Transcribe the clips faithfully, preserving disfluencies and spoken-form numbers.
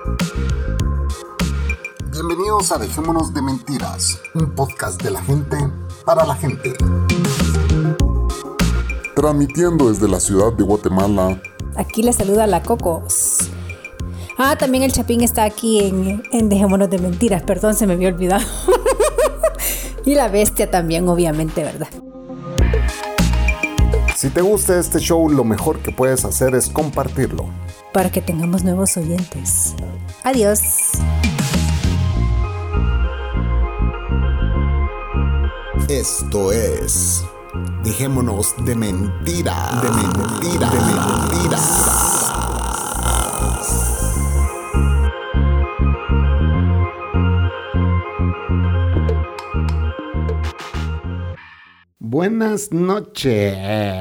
Bienvenidos a Dejémonos de Mentiras, un podcast de la gente para la gente. Transmitiendo desde la ciudad de Guatemala. Aquí les saluda la Cocos. Ah, también el Chapín está aquí en, en Dejémonos de Mentiras, perdón, se me había olvidado. Y la Bestia también, obviamente, ¿verdad? Si te gusta este show, lo mejor que puedes hacer es compartirlo. Para que tengamos nuevos oyentes. Adiós. Esto es Dejémonos de Mentiras. De Mentiras. De Mentiras. Buenas noches.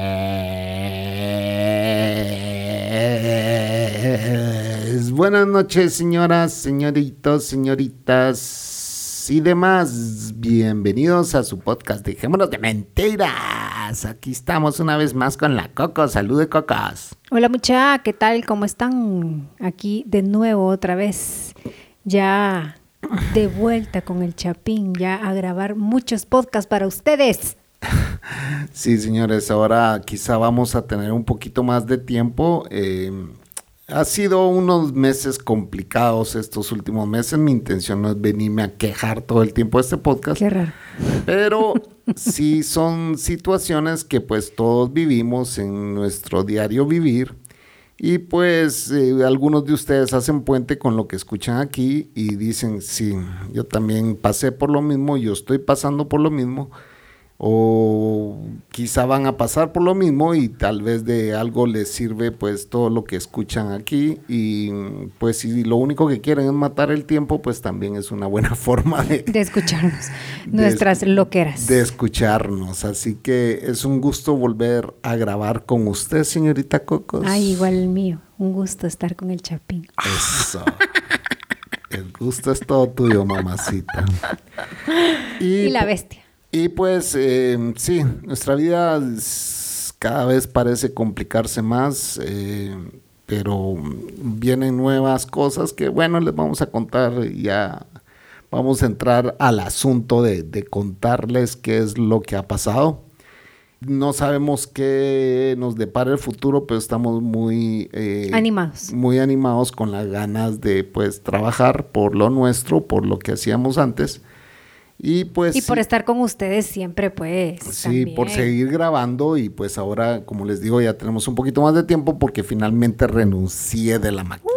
Buenas noches, señoras, señoritos, señoritas y demás. Bienvenidos a su podcast Dejémonos de Mentiras. Aquí estamos una vez más con la Coco. Salud de Cocos. Hola mucha, ¿qué tal? ¿Cómo están? Aquí de nuevo otra vez. Ya de vuelta con el Chapín, ya a grabar muchos podcasts para ustedes. Sí, señores, ahora quizá vamos a tener un poquito más de tiempo. Eh, ha sido unos meses complicados estos últimos meses. Mi intención no es venirme a quejar todo el tiempo de este podcast. Qué raro. Pero sí son situaciones que pues todos vivimos en nuestro diario vivir. Y pues eh, algunos de ustedes hacen puente con lo que escuchan aquí y dicen, sí, yo también pasé por lo mismo, yo estoy pasando por lo mismo. O quizá van a pasar por lo mismo y tal vez de algo les sirve pues todo lo que escuchan aquí. Y pues si lo único que quieren es matar el tiempo, pues también es una buena forma de... De escucharnos, nuestras de, loqueras. De escucharnos, así que es un gusto volver a grabar con usted, señorita Cocos. Ay, igual el mío, un gusto estar con el Chapín. Eso. El gusto es todo tuyo, mamacita. Y, y la Bestia. Y pues eh, sí, nuestra vida cada vez parece complicarse más, eh, pero vienen nuevas cosas que bueno, les vamos a contar. Ya vamos a entrar al asunto de, de contarles qué es lo que ha pasado. No sabemos qué nos depara el futuro, pero estamos muy eh, animados. Muy animados con las ganas de pues trabajar por lo nuestro, por lo que hacíamos antes. Y pues y por sí, estar con ustedes siempre, pues. Sí, también. Por seguir grabando y pues ahora, como les digo, ya tenemos un poquito más de tiempo porque finalmente renuncié de la máquina.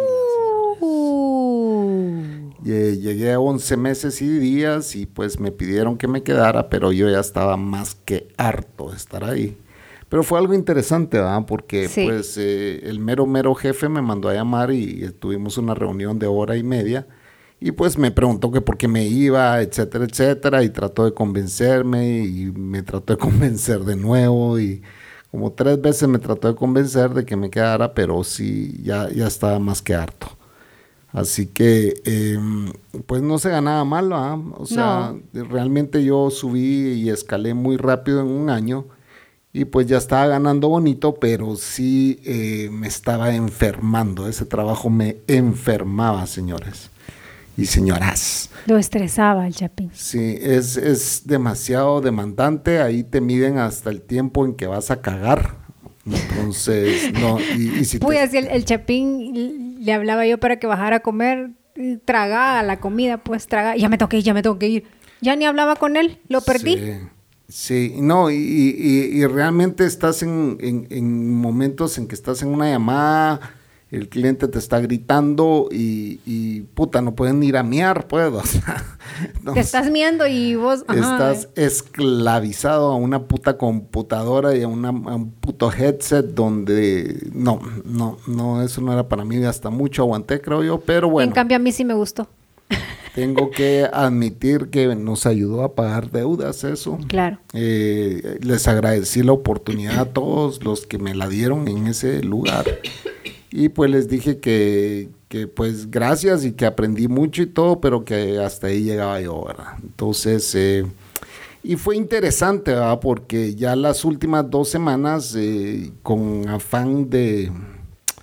Uh. Llegué a once meses y días y pues me pidieron que me quedara, pero yo ya estaba más que harto de estar ahí. Pero fue algo interesante, ¿verdad? Porque sí. pues eh, el mero mero jefe me mandó a llamar y, y tuvimos una reunión de hora y media. Y pues me preguntó que por qué me iba, etcétera, etcétera, y trató de convencerme y me trató de convencer de nuevo y como tres veces me trató de convencer de que me quedara, pero sí, ya, ya estaba más que harto. Así que, eh, pues no se ganaba mal, ¿verdad? O sea, no. Realmente yo subí y escalé muy rápido en un año y pues ya estaba ganando bonito, pero sí eh, me estaba enfermando. Ese trabajo me enfermaba, señores y señoras. Lo estresaba el Chapín. Sí, es, es demasiado demandante. Ahí te miden hasta el tiempo en que vas a cagar. Entonces, no. Y, y si pues te... así el, el Chapín le hablaba yo para que bajara a comer, tragaba la comida, pues tragaba. Ya me tengo que ir, ya me tengo que ir. Ya ni hablaba con él, lo perdí. Sí, sí. No, y, y, y realmente estás en, en, en momentos en que estás en una llamada. El cliente te está gritando y, y puta, no pueden ir a miar, pues, o sea, no, te estás miando y vos... Ajá. Estás esclavizado a una puta computadora y a, una, a un puto headset donde... No, no, no, eso no era para mí, hasta mucho aguanté, creo yo, pero bueno. En cambio, a mí sí me gustó. Tengo que admitir que nos ayudó a pagar deudas eso. Claro. Eh, les agradecí la oportunidad a todos los que me la dieron en ese lugar. Y pues les dije que, que pues gracias y que aprendí mucho y todo, pero que hasta ahí llegaba yo, ¿verdad? Entonces, eh, y fue interesante, ¿verdad? Porque ya las últimas dos semanas, eh, con afán de,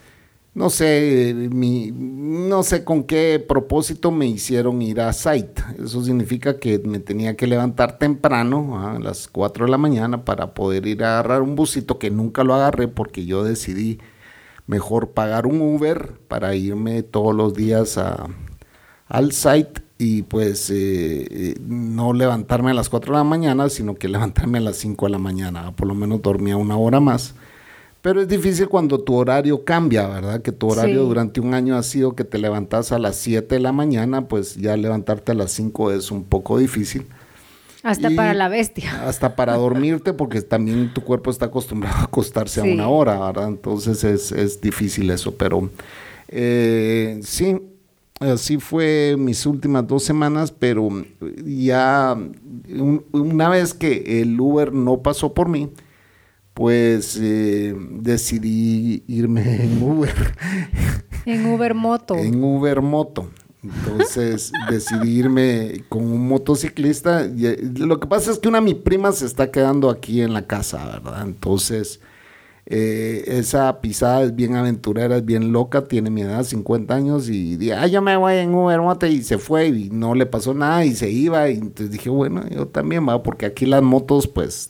no sé, mi, no sé con qué propósito me hicieron ir a site. Eso significa que me tenía que levantar temprano, a las cuatro de la mañana, para poder ir a agarrar un busito que nunca lo agarré porque yo decidí mejor pagar un Uber para irme todos los días a, al site y pues eh, no levantarme a las cuatro de la mañana, sino que levantarme a las cinco de la mañana. Por lo menos dormía una hora más. Pero es difícil cuando tu horario cambia, ¿verdad? Que tu horario sí. durante un año ha sido que te levantas a las siete de la mañana, pues ya levantarte a las cinco es un poco difícil. Hasta y para la bestia. Hasta para dormirte, porque también tu cuerpo está acostumbrado a acostarse sí. a una hora, ¿verdad? Entonces es, es difícil eso, pero eh, sí, así fue mis últimas dos semanas, pero ya un, una vez que el Uber no pasó por mí, pues eh, decidí irme en Uber. En Uber Moto. En Uber Moto. Entonces decidí irme con un motociclista. Lo que pasa es que una de mis primas se está quedando aquí en la casa, ¿verdad? Entonces eh, esa pisada es bien aventurera, es bien loca, tiene mi edad, cincuenta años, y dije, ah, yo me voy en Uber Moto, y se fue y no le pasó nada y se iba, y entonces dije, bueno, yo también, va, porque aquí las motos, pues...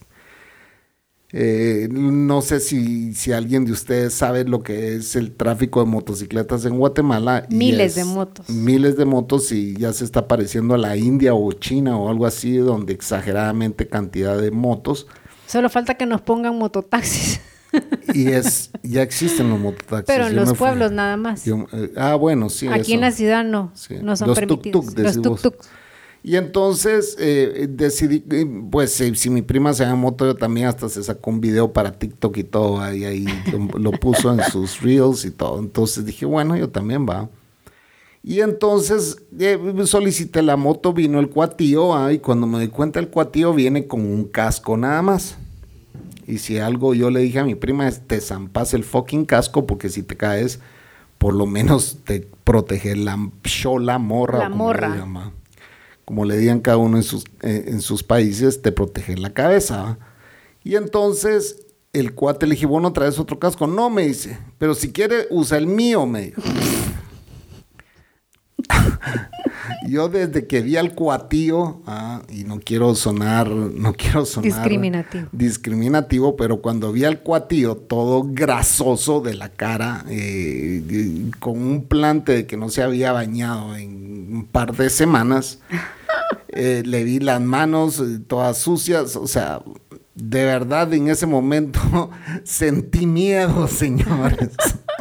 Eh, no sé si, si alguien de ustedes sabe lo que es el tráfico de motocicletas en Guatemala. Miles de motos. Miles de motos y ya se está pareciendo a la India o China o algo así, donde exageradamente cantidad de motos. Solo falta que nos pongan mototaxis. Y es, ya existen los mototaxis. Pero en yo los pueblos fui, nada más. Yo, eh, ah, bueno, sí. Aquí eso. En la ciudad no, sí. no son los permitidos. Tuk-tuk, los tuk-tuk. Y entonces eh, decidí, pues eh, si mi prima se llama moto, yo también hasta se sacó un video para TikTok y todo, ahí, ahí lo, lo puso en sus reels y todo. Entonces dije, bueno, yo también va. Y entonces eh, solicité la moto, vino el cuatío, ah, y cuando me di cuenta el cuatío viene con un casco nada más. Y si algo yo le dije a mi prima es, te zampas el fucking casco, porque si te caes, por lo menos te protege la chola, morra. La morra. Le llama. Como le digan cada uno en sus, eh, en sus países, te protege la cabeza. ¿Va? Y entonces el cuate le dije, bueno, ¿traes otro casco? No, me dice, pero si quiere, usa el mío, me dijo. Yo desde que vi al cuatío, ah, y no quiero sonar, no quiero sonar discriminativo. discriminativo, pero cuando vi al cuatío todo grasoso de la cara, eh, con un plante de que no se había bañado en un par de semanas, eh, le vi las manos eh, todas sucias, o sea, de verdad en ese momento sentí miedo, señores.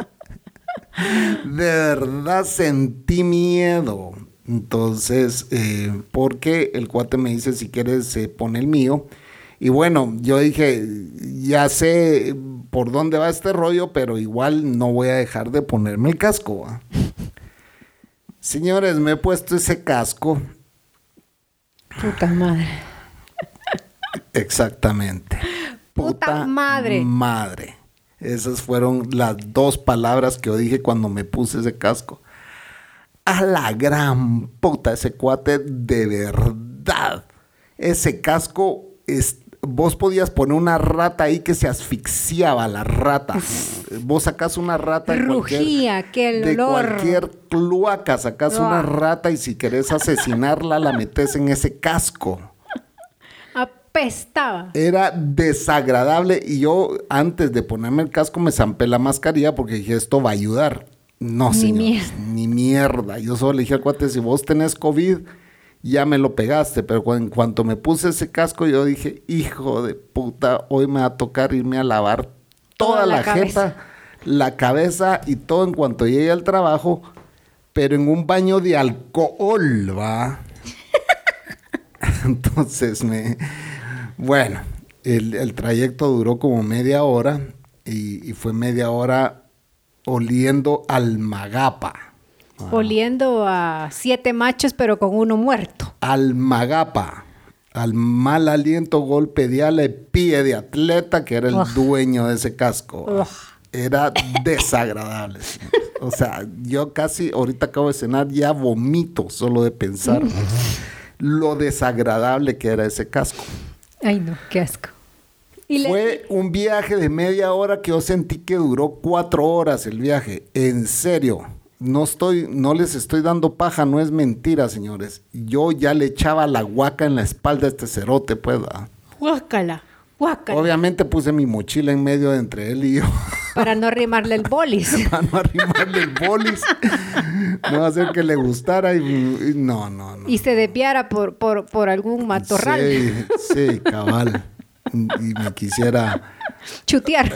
De verdad sentí miedo. Entonces, eh, porque el cuate me dice, si quieres, se pone el mío. Y bueno, yo dije, ya sé por dónde va este rollo, pero igual no voy a dejar de ponerme el casco. ¿eh? Señores, me he puesto ese casco. Puta madre. Exactamente. Puta, Puta madre. Madre. Esas fueron las dos palabras que yo dije cuando me puse ese casco. A la gran puta, ese cuate, de verdad. Ese casco, es, vos podías poner una rata ahí que se asfixiaba la rata. Vos sacás una rata de Rugía, cualquier, qué de olor. cualquier cloaca, sacás oh. una rata y si querés asesinarla, la metés en ese casco. Apestaba. Era desagradable y yo antes de ponerme el casco me zampé la mascarilla porque dije, esto va a ayudar. No, señor, ni mierda. ni mierda. Yo solo le dije al cuate, si vos tenés COVID, ya me lo pegaste. Pero en cuanto me puse ese casco, yo dije, hijo de puta, hoy me va a tocar irme a lavar toda, toda la, la jeta, la cabeza y todo en cuanto llegue al trabajo, pero en un baño de alcohol, ¿va? Entonces, me... bueno, el, el trayecto duró como media hora y, y fue media hora... oliendo almagapa. Ah. Oliendo a siete machos, pero con uno muerto. Almagapa. Al mal aliento, golpe de ala y pie de atleta, que era el Ugh. dueño de ese casco. Ugh. Era desagradable. O sea, yo casi, ahorita acabo de cenar, ya vomito solo de pensar lo desagradable que era ese casco. Ay, no, qué asco. ¿Y Fue le... un viaje de media hora que yo sentí que duró cuatro horas el viaje. En serio. No estoy, no les estoy dando paja, no es mentira, señores. Yo ya le echaba la guaca en la espalda a este cerote, pues. Guácala, guácala. Obviamente puse mi mochila en medio de entre él y yo. Para no arrimarle el bolis. Para no arrimarle el bolis. No va a hacer que le gustara y, y no, no, no. Y se desviara por, por, por algún matorral. Sí, sí, cabal. Y me quisiera... chutear.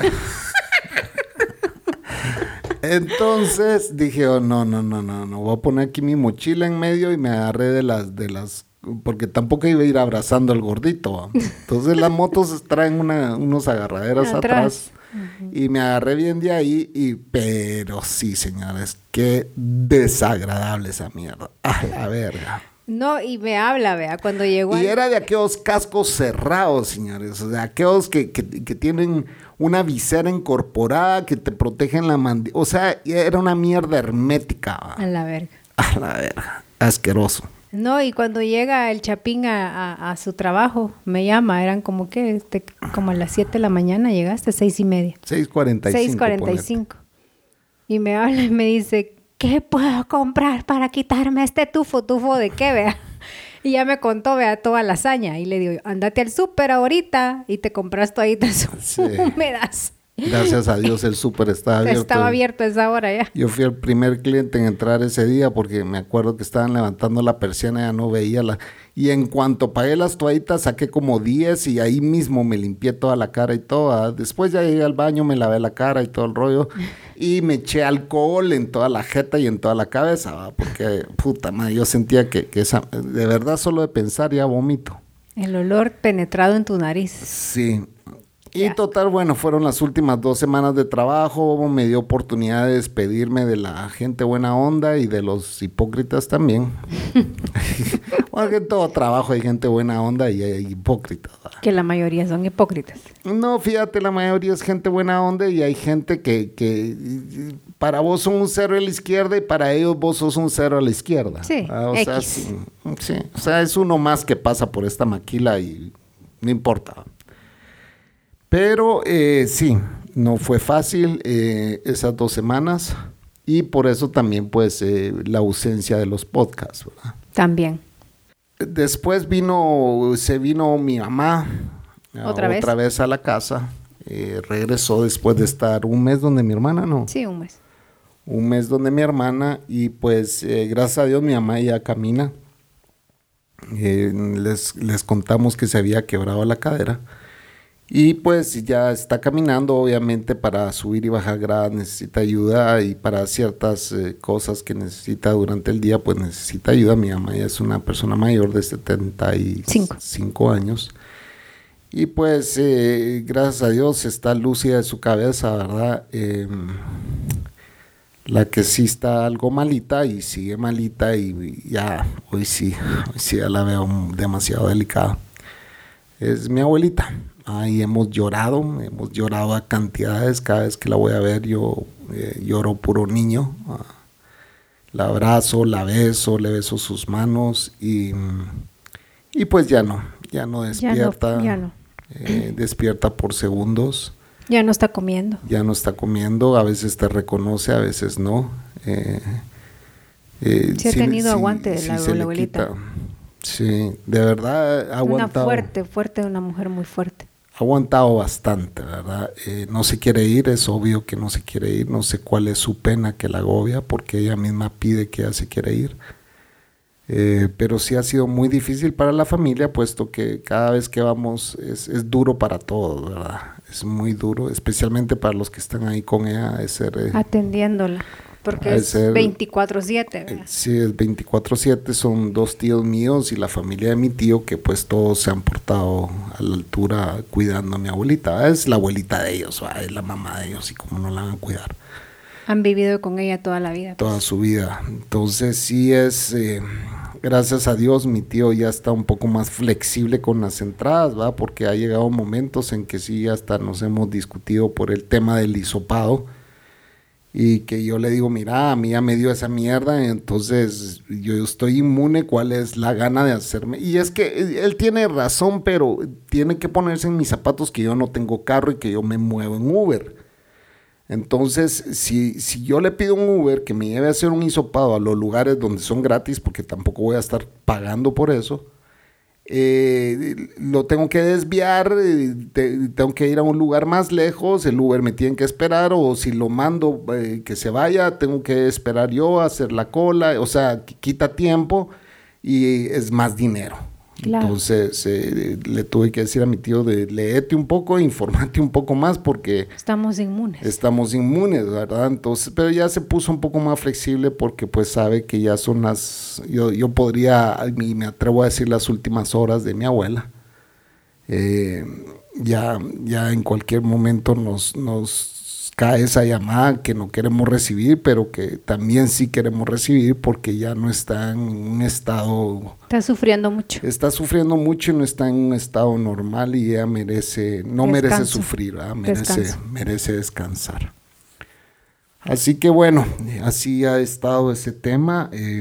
Entonces dije, oh, no, no, no, no, no, voy a poner aquí mi mochila en medio y me agarré de las, de las, porque tampoco iba a ir abrazando al gordito, ¿va? Entonces las motos traen una, unos agarraderas atrás, atrás uh-huh. Y me agarré bien de ahí, y, pero sí, señores, qué desagradable esa mierda, a la verga. No, y me habla, vea, cuando llegó... Y al... era de aquellos cascos cerrados, señores, o sea, aquellos que, que, que tienen una visera incorporada que te protegen la mandíbula, o sea, era una mierda hermética. ¿Va? A la verga. A la verga, asqueroso. No, y cuando llega el Chapín a, a, a su trabajo, me llama, eran como que, este, como a las siete de la mañana llegaste, seis y media. seis cuarenta y cinco. seis cuarenta y cinco. Y me habla y me dice... ¿Qué puedo comprar para quitarme este tufo? ¿Tufo de qué, vea? Y ya me contó, vea, toda la hazaña. Y le digo, andate al súper ahorita y te compras toallitas sí. húmedas. Gracias a Dios el súper estaba abierto. Estaba abierto a esa hora ya. Yo fui el primer cliente en entrar ese día porque me acuerdo que estaban levantando la persiana y ya no veía la... Y en cuanto pagué las toallitas saqué como diez y ahí mismo me limpié toda la cara y todo. Después ya llegué al baño, me lavé la cara y todo el rollo y me eché alcohol en toda la jeta y en toda la cabeza, ¿va? Porque puta madre, yo sentía que, que esa, de verdad solo de pensar ya vomito. El olor penetrado en tu nariz. Sí. Y total, bueno, fueron las últimas dos semanas de trabajo, me dio oportunidad de despedirme de la gente buena onda y de los hipócritas también. Porque en todo trabajo hay gente buena onda y hay hipócritas. ¿verdad? Que la mayoría son hipócritas. No, fíjate, la mayoría es gente buena onda y hay gente que, que para vos son un cero a la izquierda y para ellos vos sos un cero a la izquierda. Sí, ¿verdad? O X. sea, sí, sí, o sea, es uno más que pasa por esta maquila y no importa. Pero eh, sí, no fue fácil eh, esas dos semanas y por eso también pues eh, la ausencia de los podcasts, ¿verdad? También. Después vino, se vino mi mamá ¿Otra, vez? otra vez a la casa, eh, regresó después de estar un mes donde mi hermana, ¿no? Sí, un mes. Un mes donde mi hermana y pues eh, gracias a Dios mi mamá ya camina. Eh, les, les contamos que se había quebrado la cadera. Y pues ya está caminando, obviamente para subir y bajar gradas necesita ayuda y para ciertas eh, cosas que necesita durante el día pues necesita ayuda. Mi mamá ya es una persona mayor de setenta y cinco años y pues eh, gracias a Dios está lúcida de su cabeza, ¿verdad? Eh, la que sí está algo malita y sigue malita y ya hoy sí, hoy sí ya la veo demasiado delicada. Es mi abuelita. Ahí hemos llorado, hemos llorado a cantidades, cada vez que la voy a ver yo eh, lloro puro niño, uh, la abrazo, la beso, le beso sus manos y, y pues ya no, ya no despierta, ya no, ya no. Eh, despierta por segundos. Ya no está comiendo. Ya no está comiendo, a veces te reconoce, a veces no. Eh, eh, sí ha si, tenido si, aguante si la, la abuelita. Quita. Sí, de verdad ha aguantado. Una fuerte, fuerte, una mujer muy fuerte. Ha aguantado bastante, ¿verdad? Eh, no se quiere ir, es obvio que no se quiere ir, no sé cuál es su pena que la agobia, porque ella misma pide que ella se quiere ir. Eh, pero sí ha sido muy difícil para la familia, puesto que cada vez que vamos es, es duro para todos, ¿verdad? Es muy duro, especialmente para los que están ahí con ella. Es ser, eh, atendiéndola. Porque es veinticuatro siete, ¿verdad? Sí, es veinticuatro siete, son dos tíos míos y la familia de mi tío que pues todos se han portado a la altura cuidando a mi abuelita. Es la abuelita de ellos, ¿verdad? Es la mamá de ellos y cómo no la van a cuidar. Han vivido con ella toda la vida. Toda su vida. Entonces sí es, eh, gracias a Dios mi tío ya está un poco más flexible con las entradas, ¿verdad? Porque ha llegado momentos en que sí hasta nos hemos discutido por el tema del hisopado. y que yo le digo, mira, a mí ya me dio esa mierda, entonces yo estoy inmune, ¿cuál es la gana de hacerme? Y es que él tiene razón, pero tiene que ponerse en mis zapatos que yo no tengo carro y que yo me muevo en Uber. Entonces, si, si yo le pido un Uber que me lleve a hacer un hisopado a los lugares donde son gratis, porque tampoco voy a estar pagando por eso, Eh, lo tengo que desviar, eh, te, tengo que ir a un lugar más lejos, el Uber me tiene que esperar, o si lo mando eh, que se vaya, tengo que esperar yo a hacer la cola, o sea, quita tiempo y es más dinero. Claro. Entonces eh, le tuve que decir a mi tío de léete un poco, informate un poco más porque estamos inmunes. Estamos inmunes, ¿verdad? Entonces, pero ya se puso un poco más flexible porque pues sabe que ya son las, yo, yo podría, y me atrevo a decir las últimas horas de mi abuela. Eh, ya, ya en cualquier momento nos, nos cae esa llamada que no queremos recibir, pero que también sí queremos recibir porque ya no está en un estado... Está sufriendo mucho. Está sufriendo mucho y no está en un estado normal y ella merece, no Descanso. merece sufrir, ¿verdad? Merece, merece descansar. Así que bueno, así ha estado ese tema. Eh,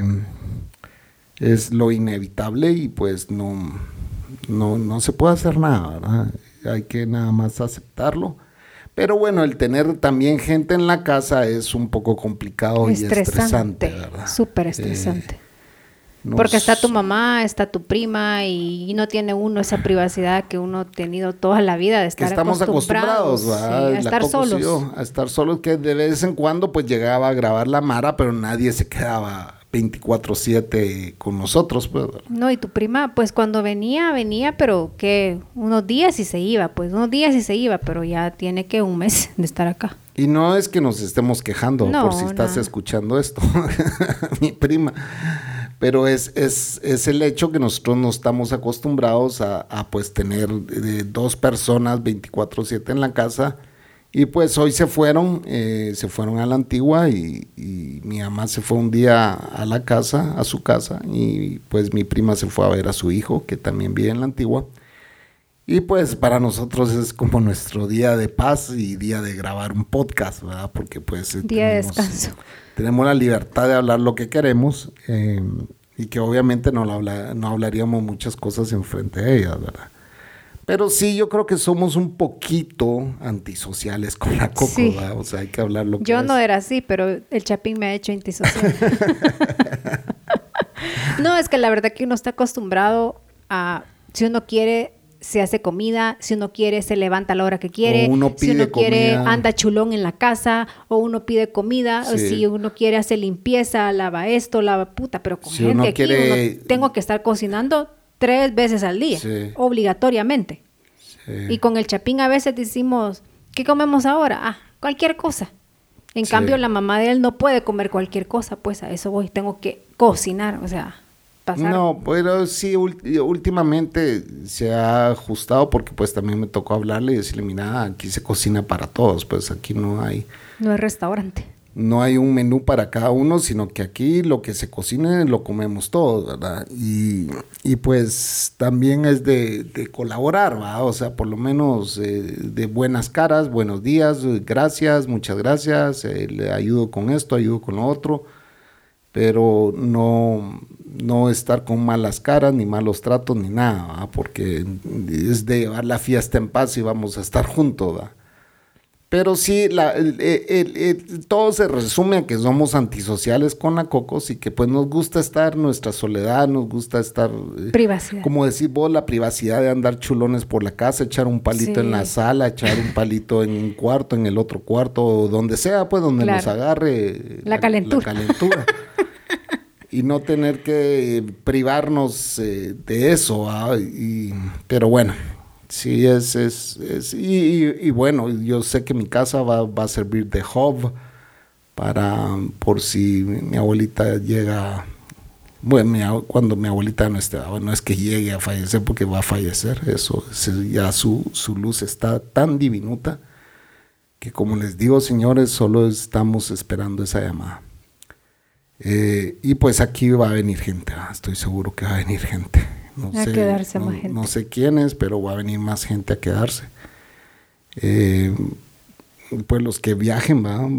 es lo inevitable y pues no, no, no se puede hacer nada, ¿verdad? Hay que nada más aceptarlo. Pero bueno, el tener también gente en la casa es un poco complicado estresante, y estresante, ¿verdad? Súper estresante. Eh, nos... Porque está tu mamá, está tu prima y, y no tiene uno esa privacidad que uno ha tenido toda la vida de estar que estamos acostumbrados, acostumbrados sí, a estar solos. Yo, a estar solos, que de vez en cuando pues llegaba a grabar la Mara, pero nadie se quedaba veinticuatro siete con nosotros, pues. No, y tu prima, pues cuando venía, venía, pero que unos días y se iba, pues unos días y se iba, pero ya tiene que un mes de estar acá. Y no es que nos estemos quejando, no, por si estás no. escuchando esto, mi prima, pero es, es, es el hecho que nosotros no estamos acostumbrados a, a pues tener eh, dos personas veinticuatro siete en la casa. Y pues hoy se fueron, eh, se fueron a la Antigua y, y mi mamá se fue un día a la casa, a su casa, y pues mi prima se fue a ver a su hijo, que también vive en la Antigua. Y pues para nosotros es como nuestro día de paz y día de grabar un podcast, ¿verdad? Porque pues... Eh, día tenemos, de descanso. Tenemos la libertad de hablar lo que queremos eh, y que obviamente no, habla, no hablaríamos muchas cosas enfrente de ellas, ¿verdad? Pero sí, yo creo que somos un poquito antisociales con la Coco, sí. ¿verdad? O sea, hay que hablar lo que Yo es. no era así, pero el Chapín me ha hecho antisocial. No, es que la verdad que uno está acostumbrado a, si uno quiere, se hace comida, si uno quiere, se levanta a la hora que quiere, o uno pide si uno comida. quiere, anda chulón en la casa, o uno pide comida, sí. o si uno quiere hacer limpieza, lava esto, lava puta, pero con si gente uno aquí, quiere... uno tengo que estar cocinando tres veces al día, sí. obligatoriamente. Sí. Y con el Chapín a veces decimos, ¿qué comemos ahora? Ah, cualquier cosa. En sí. cambio, la mamá de él no puede comer cualquier cosa, pues a eso voy, tengo que cocinar, o sea, pasar. No, pero sí, últimamente se ha ajustado porque pues también me tocó hablarle y decirle, mira, aquí se cocina para todos, pues aquí no hay... No es restaurante. No hay un menú para cada uno, sino que aquí lo que se cocine lo comemos todos, ¿verdad? Y, y pues también es de, de colaborar, ¿verdad? O sea, por lo menos eh, de buenas caras, buenos días, gracias, muchas gracias, eh, le ayudo con esto, ayudo con lo otro, pero no, no estar con malas caras, ni malos tratos, ni nada, ¿verdad? Porque es de llevar la fiesta en paz y vamos a estar juntos, ¿verdad? Pero sí, la, el, el, el, todo se resume a que somos antisociales con la Cocos y que pues nos gusta estar nuestra soledad, nos gusta estar... Privacidad. Como decís vos, la privacidad de andar chulones por la casa, echar un palito sí. en la sala, echar un palito en un cuarto, en el otro cuarto, o donde sea, pues donde claro. nos agarre la, la calentura. La calentura. Y no tener que privarnos eh, de eso, ¿ah? y, pero bueno... Sí, es, es, es y, y, y bueno, yo sé que mi casa va, va a servir de hub para, por si mi abuelita llega, bueno, mi, cuando mi abuelita no esté, no es que llegue a fallecer porque va a fallecer, eso, ya su, su luz está tan diminuta que como les digo, señores, solo estamos esperando esa llamada. Eh, y pues aquí va a venir gente, ¿eh? Estoy seguro que va a venir gente. No a sé, quedarse no, más gente. No sé quién es, pero va a venir más gente a quedarse. Eh, pues los que viajen, ¿va?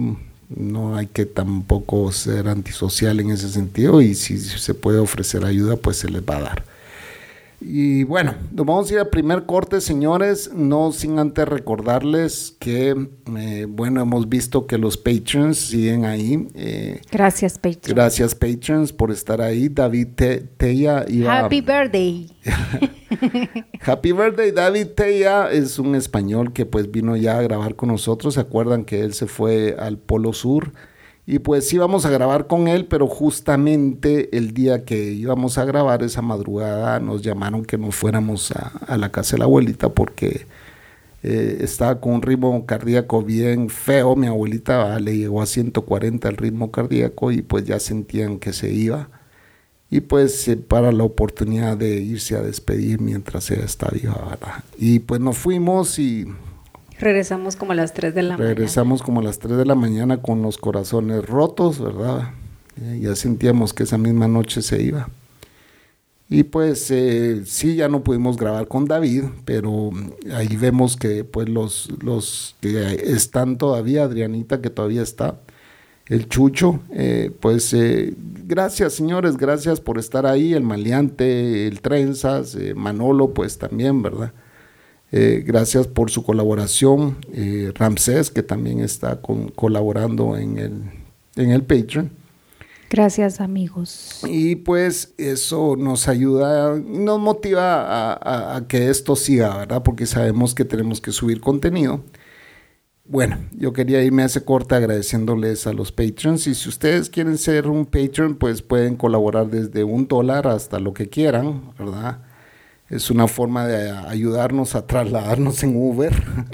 no hay que tampoco ser antisocial en ese sentido, y si se puede ofrecer ayuda, pues se les va a dar. Y bueno, nos vamos a ir al primer corte, señores, no sin antes recordarles que, eh, bueno, hemos visto que los patrons siguen ahí. Eh, gracias, patrons. Gracias, patrons, por estar ahí. David Te Teya iba... Happy birthday. Happy birthday, David Teya es un español que pues vino ya a grabar con nosotros. ¿Se acuerdan que él se fue al Polo Sur? Y pues íbamos a grabar con él, pero justamente el día que íbamos a grabar, esa madrugada, nos llamaron que nos fuéramos a, a la casa de la abuelita porque eh, estaba con un ritmo cardíaco bien feo. Mi abuelita ah, le llegó a ciento cuarenta el ritmo cardíaco y pues ya sentían que se iba. Y pues eh, para la oportunidad de irse a despedir mientras ella está viva, ¿verdad? Y pues nos fuimos y... Regresamos como a las tres de la mañana. Regresamos como a las tres de la mañana con los corazones rotos, ¿verdad? Eh, ya sentíamos que esa misma noche se iba. Y pues eh, sí, ya no pudimos grabar con David, pero ahí vemos que pues los, los que están todavía, Adrianita que todavía está, el Chucho, eh, pues eh, gracias señores, gracias por estar ahí, el Maleante, el Trenzas, eh, Manolo pues también, ¿verdad? Eh, gracias por su colaboración, eh, Ramsés, que también está con, colaborando en el, en el Patreon. Gracias, amigos. Y pues eso nos ayuda, nos motiva a, a, a que esto siga, ¿verdad? Porque sabemos que tenemos que subir contenido. Bueno, yo quería irme a ese corte agradeciéndoles a los Patreons. Y si ustedes quieren ser un Patreon, pues pueden colaborar desde un dólar hasta lo que quieran, ¿verdad? Es una forma de ayudarnos a trasladarnos en Uber.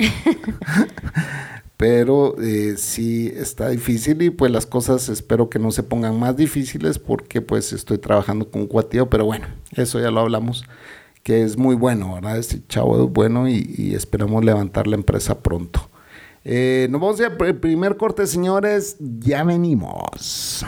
Pero eh, sí está difícil y pues las cosas espero que no se pongan más difíciles porque pues estoy trabajando con un cuatío, pero bueno, eso ya lo hablamos, que es muy bueno, ¿verdad? Este chavo es bueno y, y esperamos levantar la empresa pronto. Eh, nos vamos a ir al primer corte, señores, ya venimos.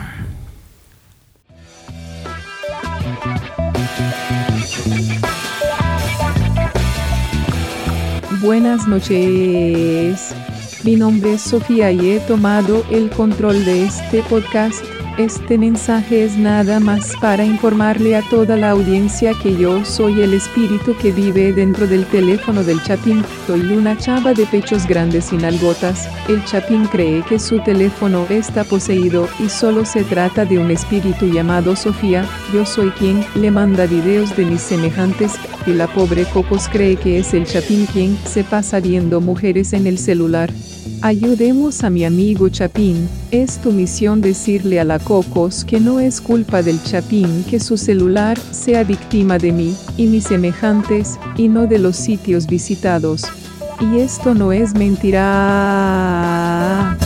Buenas noches. Mi nombre es Sofía y he tomado el control de este podcast. Este mensaje es nada más para informarle a toda la audiencia que yo soy el espíritu que vive dentro del teléfono del Chapín. Soy una chava de pechos grandes y nalgotas. El Chapín cree que su teléfono está poseído y solo se trata de un espíritu llamado Sofía. Yo soy quien le manda videos de mis semejantes y la pobre Cocos cree que es el Chapín quien se pasa viendo mujeres en el celular. Ayudemos a mi amigo Chapín. Es tu misión decirle a la Cocos que no es culpa del Chapín que su celular sea víctima de mí y mis semejantes, y no de los sitios visitados. Y esto no es mentira.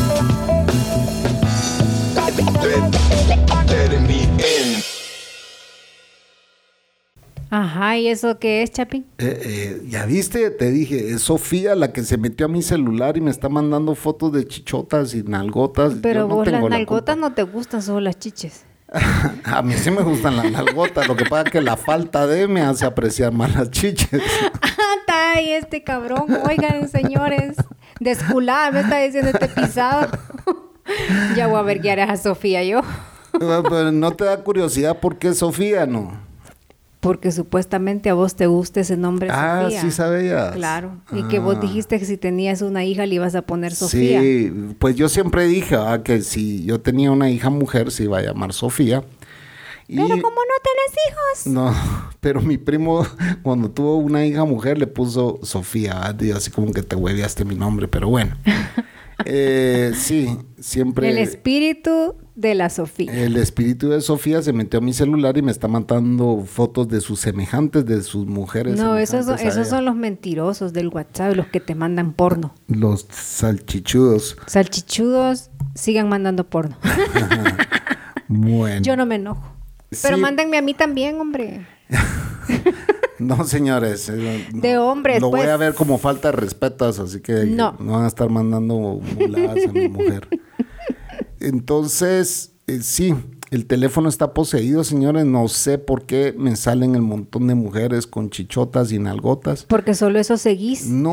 Ajá, ¿y eso qué es, Chapín? Eh, eh, ya viste, te dije, es Sofía la que se metió a mi celular y me está mandando fotos de chichotas y nalgotas. Pero Yo no vos tengo las la nalgotas culpa. no te gustan, solo las chiches. A mí sí me gustan las nalgotas, lo que pasa es que la falta de me hace apreciar más las chiches. ¡Ay, este cabrón! Oigan, señores, desculada me está diciendo este pisado. Ya voy a ver qué harás a Sofía yo. Pero no te da curiosidad por qué Sofía, ¿no? Porque supuestamente a vos te gusta ese nombre Ah, Sofía. sí sabías. Claro. Ah. Y que vos dijiste que si tenías una hija le ibas a poner Sofía. Sí, pues yo siempre dije ah, que si yo tenía una hija mujer se iba a llamar Sofía. Y Pero como no tenés hijos. no, pero mi primo cuando tuvo una hija mujer le puso Sofía, y así como que te hueveaste mi nombre, pero bueno. eh, sí, siempre... El espíritu de la Sofía. El espíritu de Sofía se metió a mi celular y me está mandando fotos de sus semejantes, de sus mujeres. No, esos son, semejantes a esos ella. son los mentirosos del WhatsApp, los que te mandan porno. Los salchichudos. Salchichudos, sigan mandando porno. Bueno. Yo no me enojo. Pero Sí. mándenme a mí también, hombre. No, señores. eh, no, De hombres, Lo pues. voy a ver como falta de respeto, así que No. no van a estar mandando muladas a mi mujer. Entonces, eh, sí, el teléfono está poseído, señores. No sé por qué me salen el montón de mujeres con chichotas y nalgotas. Porque solo eso seguís. No,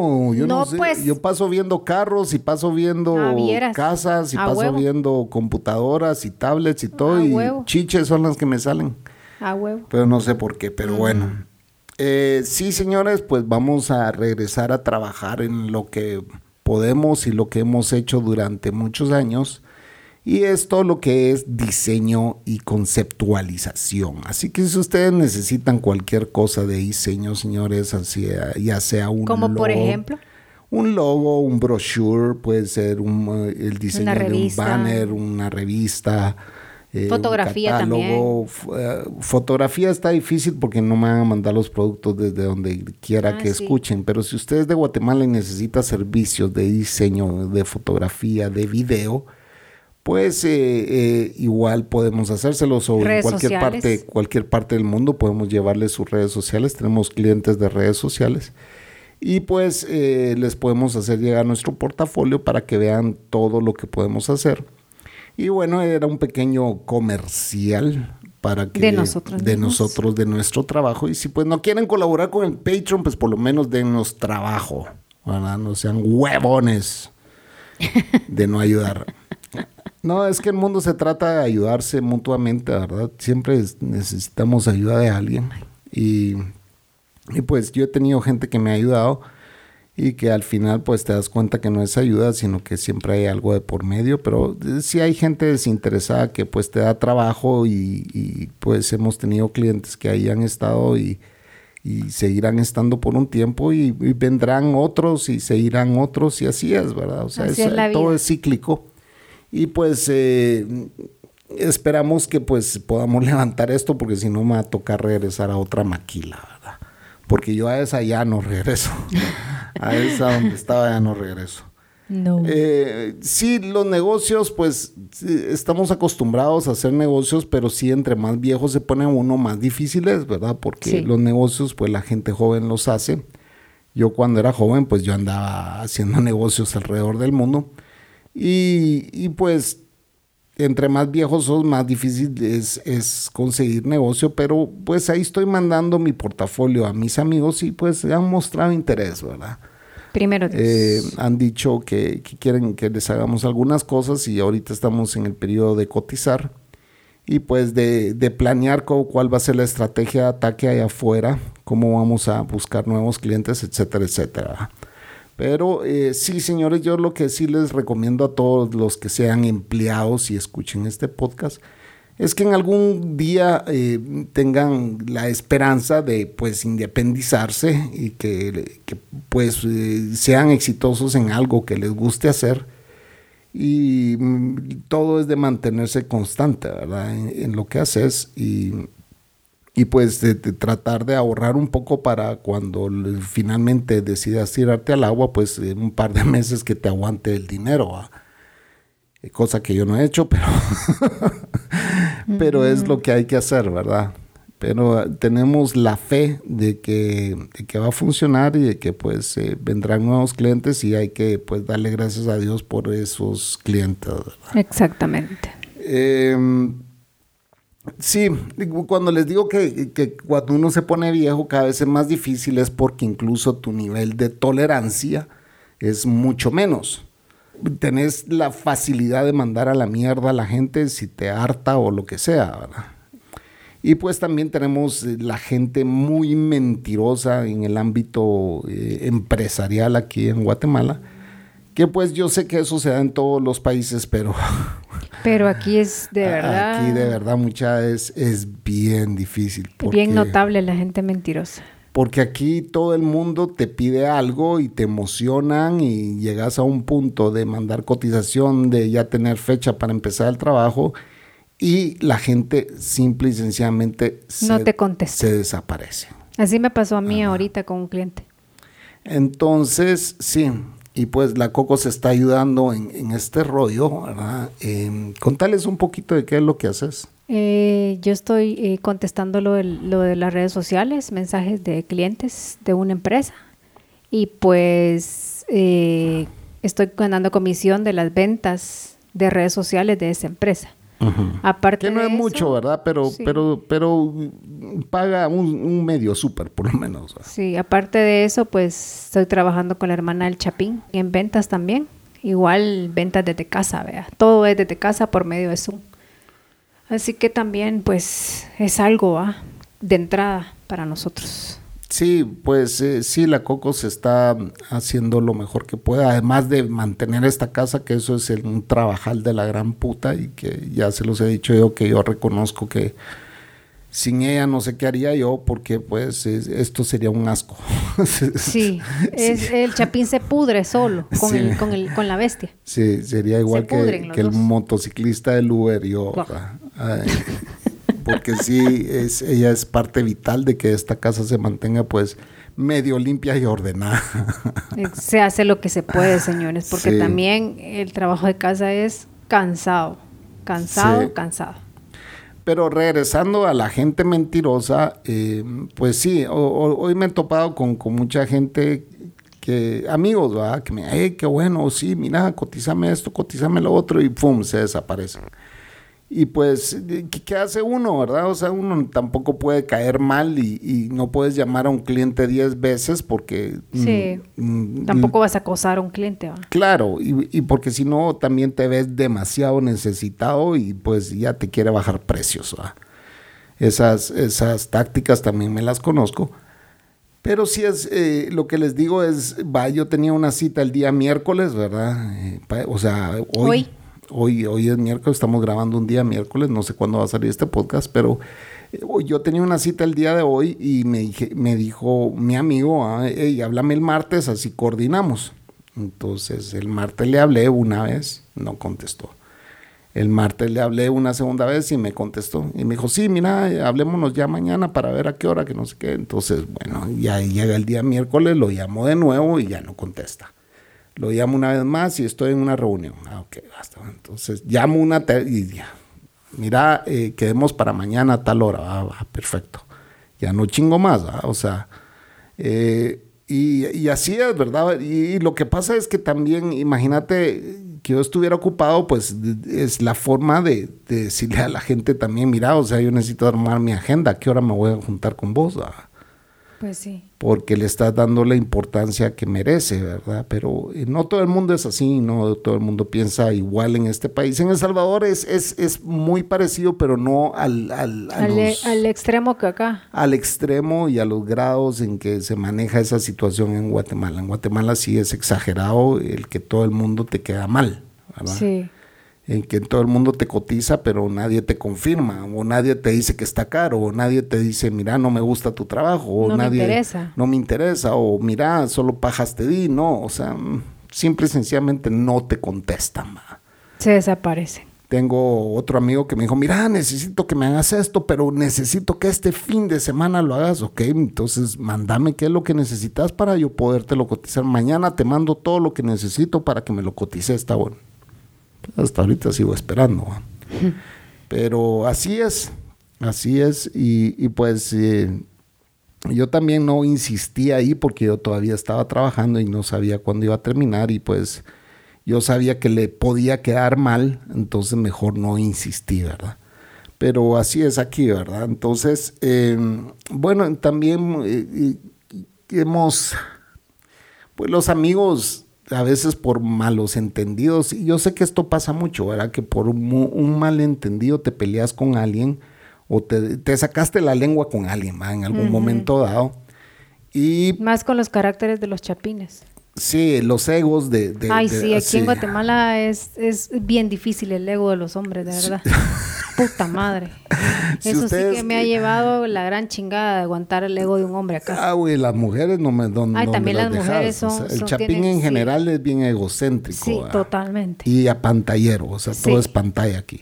no, yo no, no sé. Pues, yo paso viendo carros y paso viendo ah, casas y a paso huevo. viendo computadoras y tablets y todo. A y huevo. chiches son las que me salen. A huevo. Pero no sé por qué, pero uh-huh. bueno. Eh, sí, señores, pues vamos a regresar a trabajar en lo que podemos y lo que hemos hecho durante muchos años. Y es todo lo que es diseño y conceptualización. Así que si ustedes necesitan cualquier cosa de diseño, señores, así, ya sea un ¿Como logo, por ejemplo? Un logo, un brochure, puede ser un, el diseño una de revista. un banner, una revista. Eh, fotografía un catálogo, también. Uh, fotografía está difícil porque no me van a mandar los productos desde donde quiera ah, que sí. escuchen. Pero si usted es de Guatemala y necesita servicios de diseño, de fotografía, de video, pues eh, eh, igual podemos hacérselos o redes en cualquier sociales. parte, cualquier parte del mundo podemos llevarles sus redes sociales. Tenemos clientes de redes sociales y pues eh, les podemos hacer llegar nuestro portafolio para que vean todo lo que podemos hacer. Y bueno, era un pequeño comercial para que de nosotros, de nosotros, de nuestro trabajo. Y si pues no quieren colaborar con el Patreon, pues por lo menos dennos trabajo, ¿verdad? No sean huevones de no ayudar. No, es que el mundo se trata de ayudarse mutuamente, ¿verdad? Siempre necesitamos ayuda de alguien. Y, y pues yo he tenido gente que me ha ayudado y que al final pues te das cuenta que no es ayuda, sino que siempre hay algo de por medio. Pero sí hay gente desinteresada que pues te da trabajo y, y pues hemos tenido clientes que ahí han estado y, y seguirán estando por un tiempo y, y vendrán otros y seguirán otros y así es, ¿verdad? O sea, es, es todo es cíclico. Y pues eh, esperamos que pues podamos levantar esto porque si no me va a tocar regresar a otra maquila, ¿verdad? Porque yo a esa ya no regreso. A esa donde estaba ya no regreso. No. Eh, sí, los negocios, pues estamos acostumbrados a hacer negocios, pero sí entre más viejos se pone uno más difíciles, ¿verdad? Porque sí. Los negocios, pues la gente joven los hace. Yo cuando era joven, pues yo andaba haciendo negocios alrededor del mundo. Y, y pues entre más viejos sos, más difícil es, es conseguir negocio, pero pues ahí estoy mandando mi portafolio a mis amigos y pues han mostrado interés, ¿verdad? Primero eh, han dicho que, que quieren que les hagamos algunas cosas y ahorita estamos en el periodo de cotizar y pues de, de planear cómo, cuál va a ser la estrategia de ataque allá afuera, cómo vamos a buscar nuevos clientes, etcétera, etcétera. Pero eh, sí, señores, yo lo que sí les recomiendo a todos los que sean empleados y escuchen este podcast es que en algún día eh, tengan la esperanza de pues independizarse y que, que pues eh, sean exitosos en algo que les guste hacer y mm, todo es de mantenerse constante, ¿verdad? En, en lo que haces y Y pues de, de tratar de ahorrar un poco para cuando le, finalmente decidas tirarte al agua, pues en un par de meses que te aguante el dinero, ¿va? Cosa que yo no he hecho, pero, pero uh-huh. es lo que hay que hacer, ¿verdad? Pero uh, tenemos la fe de que, de que va a funcionar y de que pues eh, vendrán nuevos clientes y hay que pues darle gracias a Dios por esos clientes, ¿verdad? Exactamente. Eh, Sí, cuando les digo que, que cuando uno se pone viejo cada vez es más difícil es porque incluso tu nivel de tolerancia es mucho menos. Tenés la facilidad de mandar a la mierda a la gente si te harta o lo que sea, ¿verdad? Y pues también tenemos la gente muy mentirosa en el ámbito eh, empresarial aquí en Guatemala, que pues yo sé que eso se da en todos los países, pero... Pero aquí es de verdad... Aquí de verdad mucha es, es bien difícil. Porque, bien notable la gente mentirosa. Porque aquí todo el mundo te pide algo y te emocionan y llegas a un punto de mandar cotización, de ya tener fecha para empezar el trabajo y la gente simple y sencillamente no se, te contesta. Se desaparece. Así me pasó a mí ah. ahorita con un cliente. Entonces, sí... Y pues la Coco se está ayudando en, en este rollo, ¿verdad? Eh, contales un poquito de qué es lo que haces. Eh, yo estoy eh, contestando lo de, lo de las redes sociales, mensajes de clientes de una empresa. Y pues eh, estoy ganando comisión de las ventas de redes sociales de esa empresa. Uh-huh. Aparte que no de es eso, mucho, ¿verdad? Pero, sí. pero, pero paga un, un medio súper, por lo menos. ¿Verdad? Sí, aparte de eso, pues estoy trabajando con la hermana del Chapín en ventas también. Igual ventas desde casa, vea. Todo es desde casa por medio de Zoom. Así que también, pues, es algo ¿va? de entrada para nosotros. Sí, pues eh, sí, la Coco se está haciendo lo mejor que puede, además de mantener esta casa, que eso es el, un trabajal de la gran puta, y que ya se los he dicho yo, que yo reconozco que sin ella no sé qué haría yo, porque pues es, esto sería un asco. Sí, es, sí, el Chapín se pudre solo con, sí. el, con, el, con la bestia. Sí, sería igual que, que el motociclista del Uber, yo. Oh. Ay, porque sí, es, ella es parte vital de que esta casa se mantenga pues medio limpia y ordenada. Se hace lo que se puede, señores, porque sí. también el trabajo de casa es cansado, cansado, sí. cansado. Pero regresando a la gente mentirosa, eh, pues sí, o, o, hoy me he topado con, con mucha gente, que amigos, ¿verdad? Que me, hey, qué bueno, sí, mira, cotízame esto, cotízame lo otro, y pum, se desaparecen. Y pues, ¿qué, ¿qué hace uno, verdad? O sea, uno tampoco puede caer mal y, y no puedes llamar a un cliente diez veces porque... Sí, mm, tampoco mm, vas a acosar a un cliente, ¿va? Claro, y, y porque si no, también te ves demasiado necesitado y pues ya te quiere bajar precios, ¿va? Esas, esas tácticas también me las conozco. Pero sí es, eh, lo que les digo es, va, yo tenía una cita el día miércoles, ¿verdad? Eh, pa, o sea, hoy... Hoy. Hoy, hoy es miércoles, estamos grabando un día miércoles, no sé cuándo va a salir este podcast, pero eh, yo tenía una cita el día de hoy y me, dije, me dijo mi amigo, ah, hey, háblame el martes, así coordinamos. Entonces el martes le hablé una vez, no contestó. El martes le hablé una segunda vez y me contestó. Y me dijo, sí, mira, hablémonos ya mañana para ver a qué hora, que no sé qué. Entonces, bueno, ya llega el día miércoles, lo llamo de nuevo y ya no contesta. Lo llamo una vez más y estoy en una reunión. Ah, ok, basta. Entonces, llamo una te- y ya. Mira, eh, quedemos para mañana a tal hora. Ah, ah, perfecto. Ya no chingo más, ¿ah? O sea, eh, y, y así es, ¿verdad? Y, y lo que pasa es que también, imagínate que yo estuviera ocupado, pues es la forma de, de decirle a la gente también, mira, o sea, yo necesito armar mi agenda. ¿A qué hora me voy a juntar con vos? ¿Ah? Pues sí. Porque le estás dando la importancia que merece, ¿verdad? Pero eh, no todo el mundo es así, no todo el mundo piensa igual en este país. En El Salvador es, es, es muy parecido, pero no al... Al, al, los, al extremo que acá. Al extremo y a los grados en que se maneja esa situación en Guatemala. En Guatemala sí es exagerado el que todo el mundo te queda mal, ¿verdad? Sí. En que todo el mundo te cotiza, pero nadie te confirma, o nadie te dice que está caro, o nadie te dice, mira, no me gusta tu trabajo, o no nadie, me interesa. No me interesa, o mira, solo pajas te di, no, o sea, simple y sencillamente no te contestan. Ma. Se desaparecen. Tengo otro amigo que me dijo, mira, necesito que me hagas esto, pero necesito que este fin de semana lo hagas, ok, entonces mándame qué es lo que necesitas para yo podértelo cotizar. Mañana te mando todo lo que necesito para que me lo cotice, está bueno. Hasta ahorita sigo esperando, ¿eh? Uh-huh. Pero así es, así es, y, y pues eh, yo también no insistí ahí porque yo todavía estaba trabajando y no sabía cuándo iba a terminar, y pues yo sabía que le podía quedar mal, entonces mejor no insistí, ¿verdad? Pero así es aquí, ¿verdad? Entonces, eh, bueno, también eh, hemos, pues los amigos... a veces por malos entendidos, y yo sé que esto pasa mucho, ¿verdad? Que por un, un malentendido te peleas con alguien o te, te sacaste la lengua con alguien, ¿verdad? En algún uh-huh. momento dado. Y más con los caracteres de los chapines. Sí, los egos de... de Ay, de, sí, aquí sí. en Guatemala es, es bien difícil el ego de los hombres, de verdad. Sí. Puta madre. Si Eso ustedes, sí que me ha llevado la gran chingada de aguantar el ego de un hombre acá. Ah, güey, las mujeres no me... No, Ay, no también me las, las mujeres son... O sea, el son, chapín tienen, en general sí. es bien egocéntrico. Sí, ¿verdad? Totalmente. Y apantallero, o sea, sí. todo es pantalla aquí.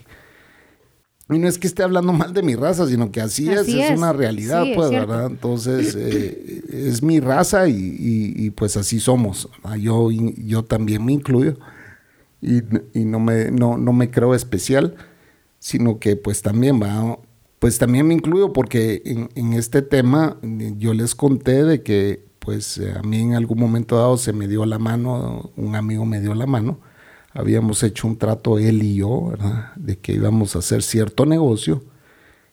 Y no es que esté hablando mal de mi raza, sino que así, así es, es, es una realidad, sí, pues, ¿verdad? Entonces, eh, es mi raza y, y, y pues así somos. Yo, yo también me incluyo y, y no, me, no, no me creo especial, sino que pues también, va, pues también me incluyo porque en, en este tema yo les conté de que pues a mí en algún momento dado se me dio la mano, un amigo me dio la mano. Habíamos hecho un trato él y yo, ¿verdad? De que íbamos a hacer cierto negocio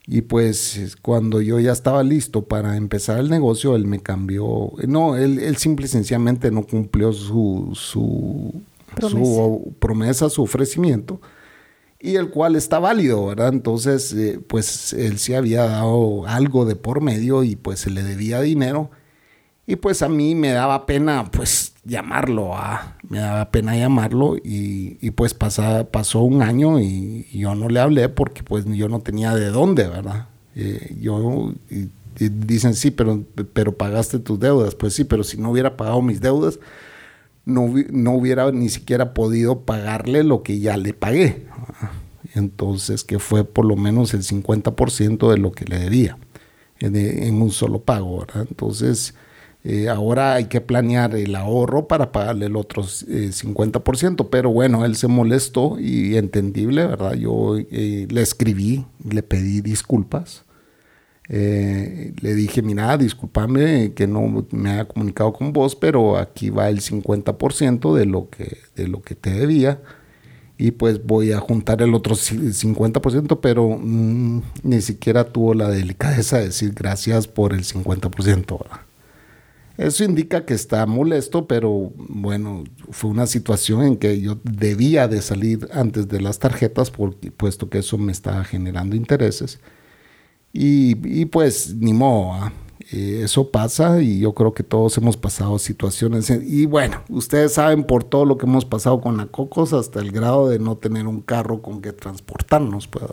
Y pues cuando yo ya estaba listo para empezar el negocio, él me cambió. No, él, él simple y sencillamente no cumplió su, su, promesa. su promesa, su ofrecimiento, y el cual está válido, ¿verdad? Entonces, eh, pues él sí había dado algo de por medio y pues se le debía dinero. Y pues a mí me daba pena, pues, llamarlo, ¿ah? Me daba pena llamarlo y, y pues pasa, pasó un año y, y yo no le hablé porque pues yo no tenía de dónde, ¿verdad? Eh, yo, y, y dicen, sí, pero, pero pagaste tus deudas. Pues sí, pero si no hubiera pagado mis deudas, no, no hubiera ni siquiera podido pagarle lo que ya le pagué, ¿verdad? Entonces, que fue por lo menos el cincuenta por ciento de lo que le debía en, en un solo pago, ¿verdad? Entonces... Eh, ahora hay que planear el ahorro para pagarle el otro eh, cincuenta por ciento, pero bueno, él se molestó y entendible, ¿verdad? Yo eh, le escribí, le pedí disculpas, eh, le dije, mira, discúlpame que no me haya comunicado con vos, pero aquí va el cincuenta por ciento de lo que, de lo que te debía y pues voy a juntar el otro cincuenta por ciento, pero mmm, ni siquiera tuvo la delicadeza de decir gracias por el cincuenta por ciento, ¿verdad? Eso indica que está molesto, pero bueno, fue una situación en que yo debía de salir antes de las tarjetas, porque, puesto que eso me estaba generando intereses. Y, y pues, ni modo, ¿eh? Eh, eso pasa y yo creo que todos hemos pasado situaciones. Y bueno, ustedes saben por todo lo que hemos pasado con la Cocos, hasta el grado de no tener un carro con que transportarnos, pues,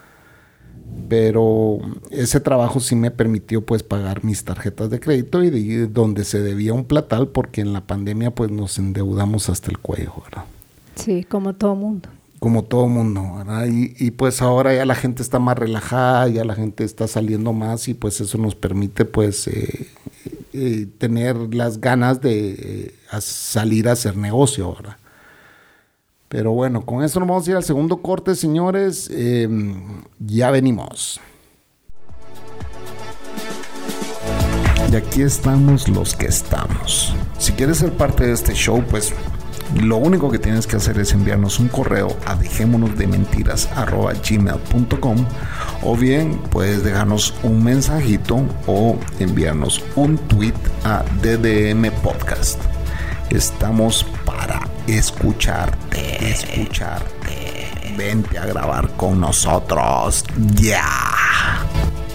pero ese trabajo sí me permitió pues pagar mis tarjetas de crédito y de donde se debía un platal, porque en la pandemia pues nos endeudamos hasta el cuello, ¿verdad? Sí, como todo mundo. Como todo mundo, ¿verdad? Y, y pues ahora ya la gente está más relajada, ya la gente está saliendo más y pues eso nos permite pues eh, eh, tener las ganas de eh, a salir a hacer negocio, ¿verdad? Pero bueno, con eso nos vamos a ir al segundo corte, señores. Eh, ya venimos. Y aquí estamos los que estamos. Si quieres ser parte de este show, pues lo único que tienes que hacer es enviarnos un correo a dejémonosdementiras arroba gmail punto com, o bien puedes dejarnos un mensajito o enviarnos un tweet a D D M Podcast. Estamos para escucharte, escucharte. Vente a grabar con nosotros, ya. Yeah.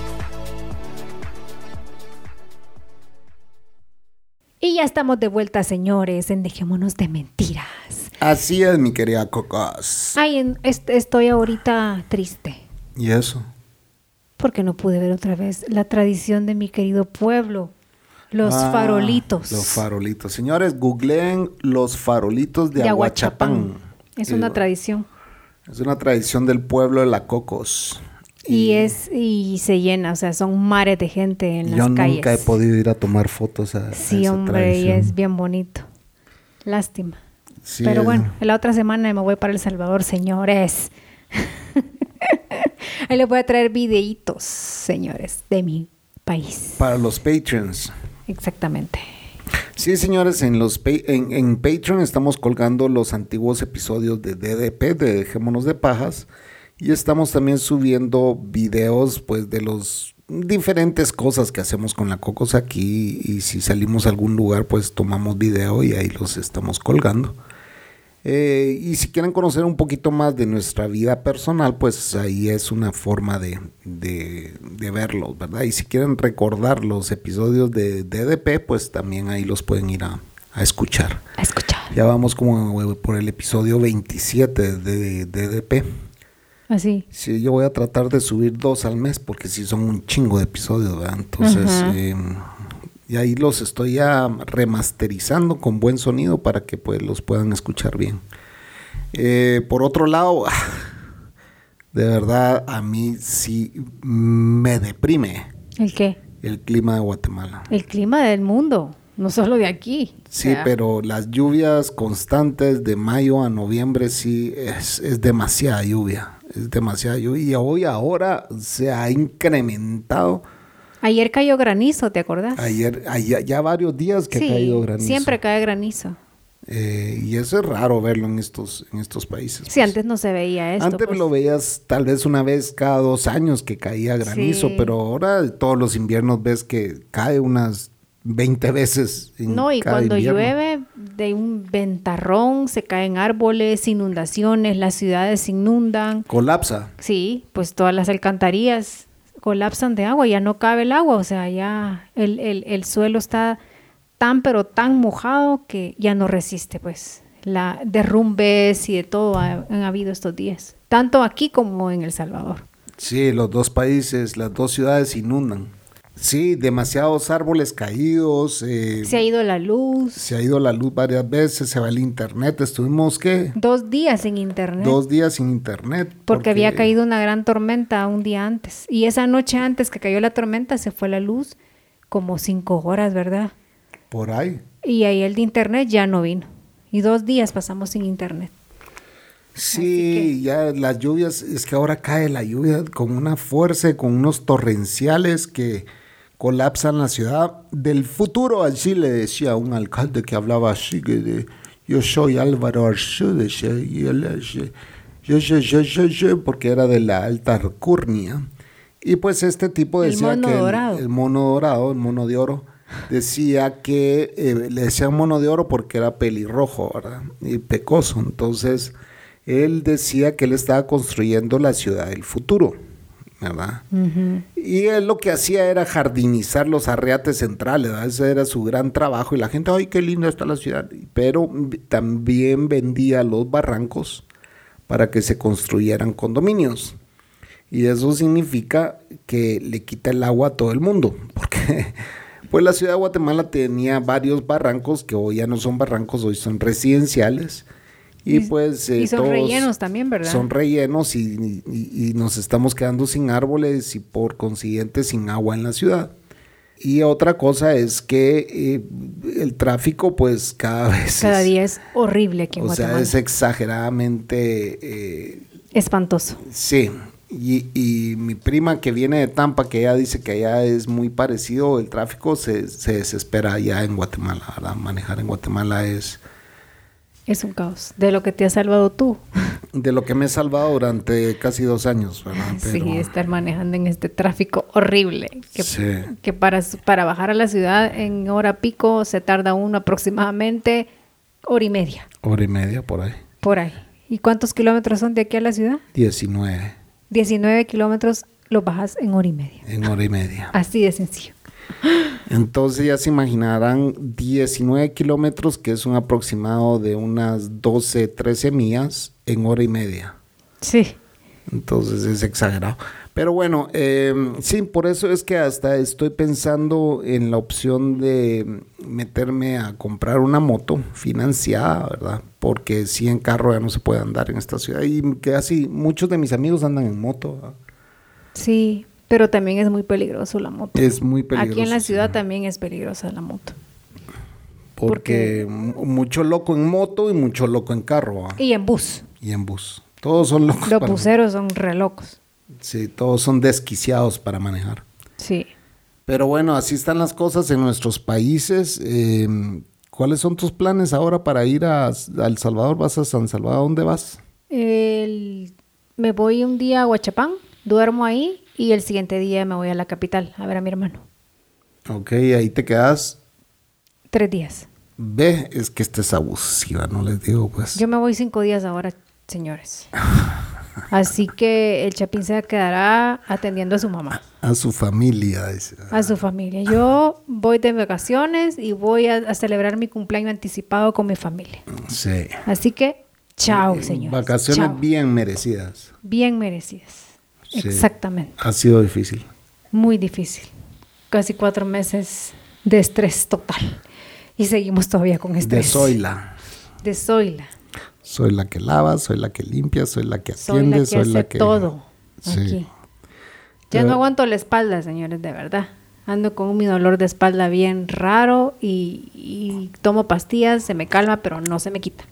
Y ya estamos de vuelta, señores, en Dejémonos de Mentiras. Así es, mi querida Cocos. Ay, est- estoy ahorita triste. ¿Y eso? Porque no pude ver otra vez la tradición de mi querido pueblo. Los ah, farolitos. Los farolitos. Señores, googleen los farolitos de, de Aguachapán. Aguachapán. Es una tradición. Es una tradición del pueblo de la Cocos. Y, y es y se llena, o sea, son mares de gente en las yo calles. Yo nunca he podido ir a tomar fotos a, sí, a esa hombre, tradición. Y es bien bonito. Lástima. Sí, pero es... bueno, la otra semana me voy para El Salvador, señores. Ahí les voy a traer videitos, señores, de mi país. Para los patrons. Exactamente. Sí, señores, en los pa- en, en Patreon estamos colgando los antiguos episodios de D D P, de Dejémonos de Pajas, y estamos también subiendo videos pues de los diferentes cosas que hacemos con la Cocos aquí, y si salimos a algún lugar pues tomamos video y ahí los estamos colgando. Eh, y si quieren conocer un poquito más de nuestra vida personal, pues ahí es una forma de, de, de verlos, ¿verdad? Y si quieren recordar los episodios de D D P, pues también ahí los pueden ir a, a escuchar. A escuchar. Ya vamos como por el episodio veintisiete de D D P. Así. Sí, yo voy a tratar de subir dos al mes porque sí son un chingo de episodios, ¿verdad? Entonces... Eh, y ahí los estoy ya remasterizando con buen sonido para que pues los puedan escuchar bien. Eh, por otro lado, de verdad a mí sí me deprime. ¿El qué? El clima de Guatemala. El clima del mundo, no solo de aquí. Sí, ¿verdad? Pero las lluvias constantes de mayo a noviembre sí es, es demasiada lluvia. Es demasiada lluvia. Y hoy ahora se ha incrementado. Ayer cayó granizo, ¿te acordás? Ayer, ayer ya varios días que sí, ha caído granizo. Siempre cae granizo. Eh, y eso es raro verlo en estos, en estos países. Sí, pues. Antes no se veía esto. Antes pues. lo veías tal vez una vez cada dos años que caía granizo, sí. Pero ahora todos los inviernos ves que cae unas veinte veces en No, y cada cuando invierno. llueve de un ventarrón, se caen árboles, inundaciones, las ciudades se inundan. Colapsa. Sí, pues todas las alcantarillas colapsan de agua, ya no cabe el agua, o sea, ya el, el, el suelo está tan pero tan mojado que ya no resiste, pues, la derrumbes y de todo ha, han habido estos días, tanto aquí como en El Salvador. Sí, los dos países, las dos ciudades se inundan. Sí, demasiados árboles caídos. Eh, se ha ido la luz. Se ha ido la luz varias veces, se va el internet. Estuvimos, ¿qué? Dos días sin internet. Dos días sin internet. Porque, porque había caído una gran tormenta un día antes. Y esa noche antes que cayó la tormenta se fue la luz como cinco horas, ¿verdad? Por ahí. Y ahí el de internet ya no vino. Y dos días pasamos sin internet. Sí, que... ya las lluvias, es que ahora cae la lluvia con una fuerza, con unos torrenciales que colapsan la ciudad del futuro. Allí le decía un alcalde que hablaba así, que de, yo soy Álvaro Arzudes, y él, yo, yo, yo, yo, yo, porque era de la alta alcurnia. Y pues este tipo decía el mono que dorado. El, el mono dorado, el mono de oro, decía que eh, le decían mono de oro porque era pelirrojo, ¿verdad? Y pecoso. Entonces él decía que él estaba construyendo la ciudad del futuro, ¿verdad? Uh-huh. Y él lo que hacía era jardinizar los arreates centrales, ¿verdad? Ese era su gran trabajo, y la gente, ¡ay, qué linda está la ciudad! Pero también vendía los barrancos para que se construyeran condominios. Y eso significa que le quita el agua a todo el mundo, porque pues la ciudad de Guatemala tenía varios barrancos que hoy ya no son barrancos, hoy son residenciales. Y, y pues eh, y son rellenos también, ¿verdad? Son rellenos y, y, y nos estamos quedando sin árboles y por consiguiente sin agua en la ciudad. Y otra cosa es que eh, el tráfico pues cada vez cada es, día es horrible aquí en o Guatemala. O sea, es exageradamente eh, espantoso. Sí. Y, y mi prima que viene de Tampa, que ella dice que allá es muy parecido el tráfico, se, se desespera allá en Guatemala, ¿verdad? Manejar en Guatemala es... Es un caos. De lo que te has salvado tú. De lo que me he salvado durante casi dos años, ¿verdad? Pero, sí, estar manejando en este tráfico horrible. Que, sí. que para, para bajar a la ciudad en hora pico se tarda uno aproximadamente hora y media. Hora y media, por ahí. Por ahí. ¿Y cuántos kilómetros son de aquí a la ciudad? diecinueve. diecinueve kilómetros los bajas en hora y media. En hora y media. Así de sencillo. Entonces ya se imaginarán diecinueve kilómetros, que es un aproximado de unas doce, trece millas en hora y media. Sí. Entonces es exagerado. Pero bueno, eh, sí, por eso es que hasta estoy pensando en la opción de meterme a comprar una moto financiada, ¿verdad? Porque si en carro ya no se puede andar en esta ciudad. Y casi muchos de mis amigos andan en moto, ¿verdad? Sí, pero también es muy peligroso la moto. Es muy peligroso. Aquí en la ciudad sí. también es peligrosa la moto. Porque, Porque mucho loco en moto y mucho loco en carro. ¿verdad? Y en bus. Y en bus. Todos son locos. Los para buceros son re locos. Sí, todos son desquiciados para manejar. Sí. Pero bueno, así están las cosas en nuestros países. Eh, ¿Cuáles son tus planes ahora para ir a, a El Salvador? ¿Vas a San Salvador? ¿A dónde vas? El, me voy un día a Huachapán, duermo ahí y el siguiente día me voy a la capital a ver a mi hermano. Ok, ahí te quedas. Tres días. Ve, es que esta es abusiva, no les digo pues. Yo me voy cinco días ahora, señores. Así que el Chapín se quedará atendiendo a su mamá. A su familia. Dice. A su familia. Yo voy de vacaciones y voy a, a celebrar mi cumpleaños anticipado con mi familia. Sí. Así que, chao, eh, señores. Vacaciones chao. bien merecidas. Bien merecidas. Sí. Exactamente. Ha sido difícil. Muy difícil. Casi cuatro meses de estrés total. Y seguimos todavía con estrés. De Zoila. De Zoila. Soy la que lava, soy la que limpia, soy la que atiende, soy la que soy hace la que... todo sí. Aquí. Ya Pero... no aguanto la espalda, señores, de verdad. Ando con mi dolor de espalda bien raro y, y tomo pastillas, se me calma, pero no se me quita.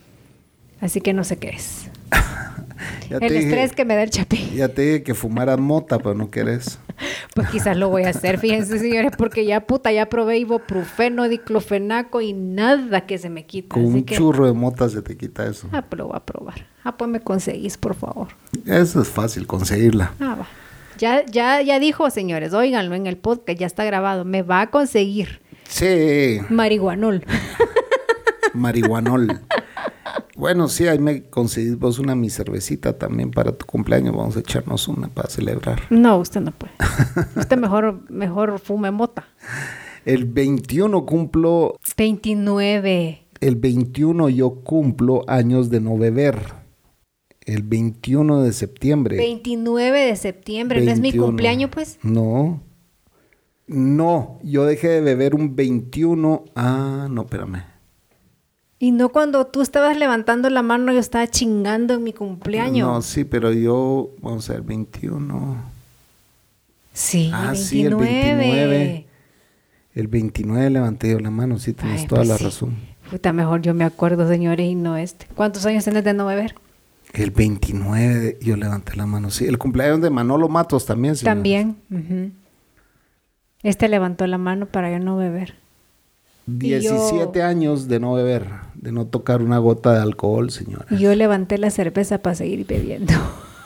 Así que no sé qué es. el estrés dije, que me da el Chapín. Ya te dije que fumaras mota, pero no querés. Pues quizás lo voy a hacer, fíjense, señores, porque ya puta, ya probé ibuprofeno, diclofenaco y nada que se me quita. Con así un que... churro de mota se te quita eso. Ah, pero lo voy a probar. Ah, pues me conseguís, por favor. Eso es fácil, conseguirla. Ah, va. Ya, ya, ya dijo, señores, óiganlo en el podcast, ya está grabado. Me va a conseguir. Sí. Marihuanol. Marihuanol. Bueno, sí, ahí me conseguís vos una mi cervecita también para tu cumpleaños. Vamos a echarnos una para celebrar. No, usted no puede. Usted mejor, mejor fume mota. El veintiuno cumplo... veintinueve. El veintiuno yo cumplo años de no beber. El veintiuno de septiembre. veintinueve de septiembre. veintiuno. ¿No es mi cumpleaños, pues? No. No, yo dejé de beber un veintiuno. Ah, no, espérame. Y no cuando tú estabas levantando la mano, yo estaba chingando en mi cumpleaños. No, sí, pero yo, vamos a ver, veintiuno. Sí, ah, veintinueve. Sí, el veintinueve. El veintinueve levanté yo la mano, sí, tienes Ay, toda pues la sí. razón. Puta, mejor yo me acuerdo, señores, y no este. ¿Cuántos años tienes de no beber? El veintinueve yo levanté la mano, sí. El cumpleaños de Manolo Matos también, señor. También. Uh-huh. Este levantó la mano para yo no beber. diecisiete yo... años de no beber, de no tocar una gota de alcohol, señora. Y yo levanté la cerveza para seguir bebiendo.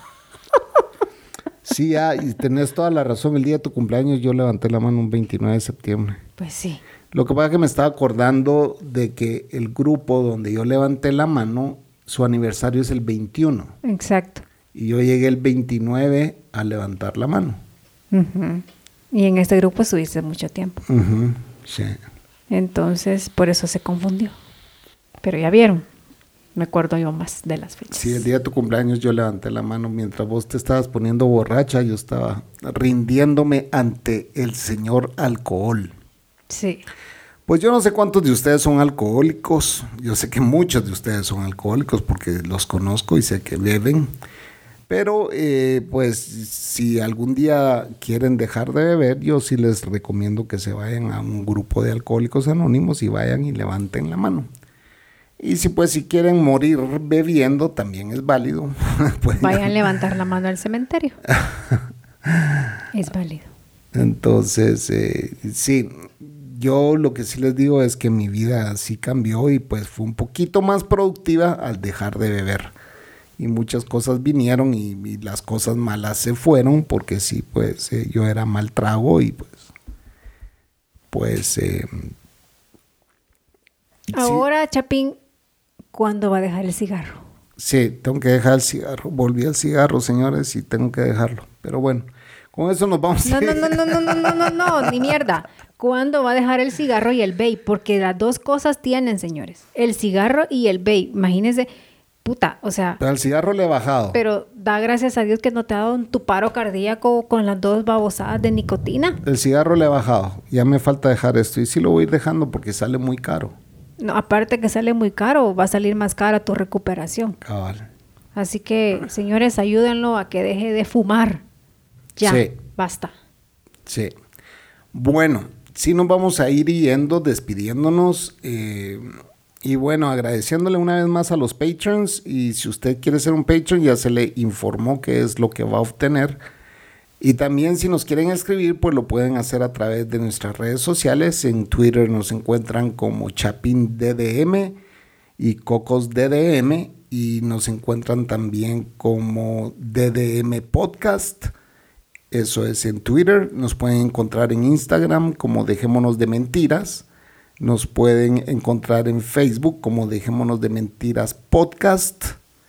Sí, ah, y tenés toda la razón. El día de tu cumpleaños yo levanté la mano un veintinueve de septiembre. Pues sí. Lo que pasa es que me estaba acordando de que el grupo donde yo levanté la mano, su aniversario es el veintiuno. Exacto. Y yo llegué el veintinueve a levantar la mano. Uh-huh. Y en este grupo estuviste mucho tiempo. Uh-huh. Sí. Entonces, por eso se confundió. Pero ya vieron, me acuerdo yo más de las fechas. Sí, el día de tu cumpleaños yo levanté la mano. Mientras vos te estabas poniendo borracha, yo estaba rindiéndome ante el señor alcohol. Sí. Pues yo no sé cuántos de ustedes son alcohólicos. Yo sé que muchos de ustedes son alcohólicos porque los conozco y sé que beben. Pero, eh, pues, si algún día quieren dejar de beber, yo sí les recomiendo que se vayan a un grupo de alcohólicos anónimos y vayan y levanten la mano. Y si, pues, si quieren morir bebiendo, también es válido. Vayan a levantar la mano al cementerio. Es válido. Entonces, eh, sí, yo lo que sí les digo es que mi vida sí cambió y, pues, fue un poquito más productiva al dejar de beber. Y muchas cosas vinieron y, y las cosas malas se fueron porque sí, pues eh, yo era mal trago y pues, pues... Eh, Ahora, sí. Chapín, ¿cuándo va a dejar el cigarro? Sí, tengo que dejar el cigarro. Volví al cigarro, señores, y tengo que dejarlo. Pero bueno, con eso nos vamos. No, no, no, no, no, no, no, no, no, ni mierda. ¿Cuándo va a dejar el cigarro y el vape? Porque las dos cosas tienen, señores. El cigarro y el vape. Imagínense... Puta, o sea... Pero el cigarro le he bajado. Pero da gracias a Dios que no te ha dado un, tu paro cardíaco con las dos babosadas de nicotina. El cigarro le he bajado. Ya me falta dejar esto. Y sí lo voy a ir dejando porque sale muy caro. No, aparte que sale muy caro, va a salir más cara tu recuperación. Cabal. Así que, señores, ayúdenlo a que deje de fumar. Ya, sí. Basta. Sí. Bueno, sí nos vamos a ir yendo, despidiéndonos... Eh, Y bueno, agradeciéndole una vez más a los patrons, y si usted quiere ser un patron ya se le informó qué es lo que va a obtener. Y también si nos quieren escribir, pues lo pueden hacer a través de nuestras redes sociales. En Twitter nos encuentran como Chapín D D M y Cocos D D M, y nos encuentran también como D D M Podcast. Eso es en Twitter. Nos pueden encontrar en Instagram como Dejémonos de Mentiras. Nos pueden encontrar en Facebook como Dejémonos de Mentiras Podcast.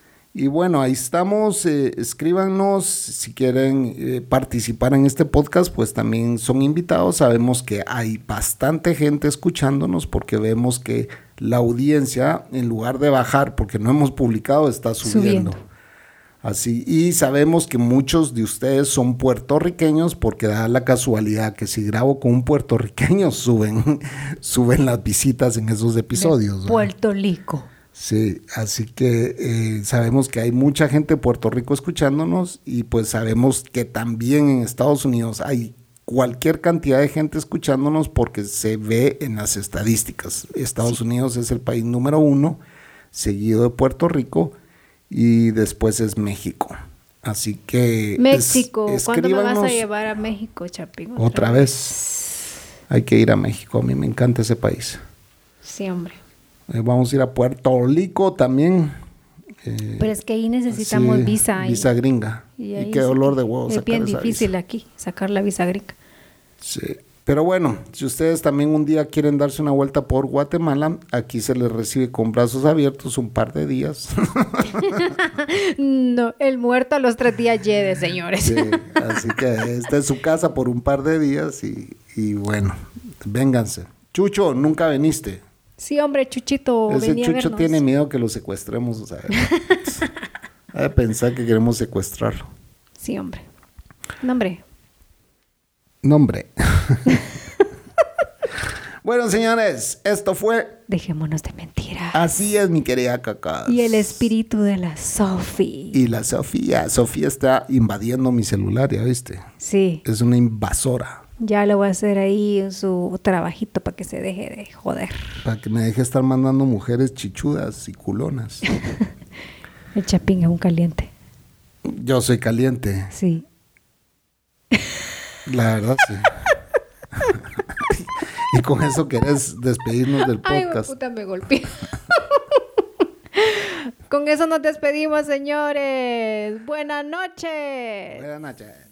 Y bueno, ahí estamos. Eh, escríbanos si quieren eh, participar en este podcast, pues también son invitados. Sabemos que hay bastante gente escuchándonos porque vemos que la audiencia, en lugar de bajar, porque no hemos publicado, está subiendo. subiendo. Así, y sabemos que muchos de ustedes son puertorriqueños porque da la casualidad que si grabo con un puertorriqueño suben, suben las visitas en esos episodios. De Puerto Rico. Sí, así que eh, sabemos que hay mucha gente de Puerto Rico escuchándonos y pues sabemos que también en Estados Unidos hay cualquier cantidad de gente escuchándonos porque se ve en las estadísticas. Estados sí. Unidos es el país número uno, seguido de Puerto Rico. Y después es México. Así que... México. Es, ¿Cuándo me vas a llevar a México, Chapín? Otra, otra vez. vez. Hay que ir a México. A mí me encanta ese país. Sí, hombre. Eh, vamos a ir a Puerto Rico también. Eh, Pero es que ahí necesitamos sí, visa. Visa y, gringa. Y, y qué dolor de huevos. Es bien difícil visa. Aquí sacar la visa gringa. Sí. Pero bueno, si ustedes también un día quieren darse una vuelta por Guatemala, aquí se les recibe con brazos abiertos un par de días. No, el muerto a los tres días lleve, señores. Sí, así que esta es su casa por un par de días y, y bueno, vénganse. Chucho, nunca viniste. Sí, hombre, Chuchito. Ese venía Chucho a tiene miedo que lo secuestremos, o sea, ha de pensar que queremos secuestrarlo. Sí, hombre. No, hombre. No, hombre. Bueno, señores, esto fue... Dejémonos de mentiras. Así es, mi querida Cacas. Y el espíritu de la Sofía. Y la Sofía. Sofía está invadiendo mi celular, ¿ya viste? Sí. Es una invasora. Ya lo voy a hacer ahí en su trabajito para que se deje de joder. Para que me deje estar mandando mujeres chichudas y culonas. El Chapín es un caliente. Yo soy caliente. Sí. La verdad, sí. Y con eso querés despedirnos del podcast. Ay, puta, me golpeé. Con eso nos despedimos, señores. Buenas noches. Buenas noches.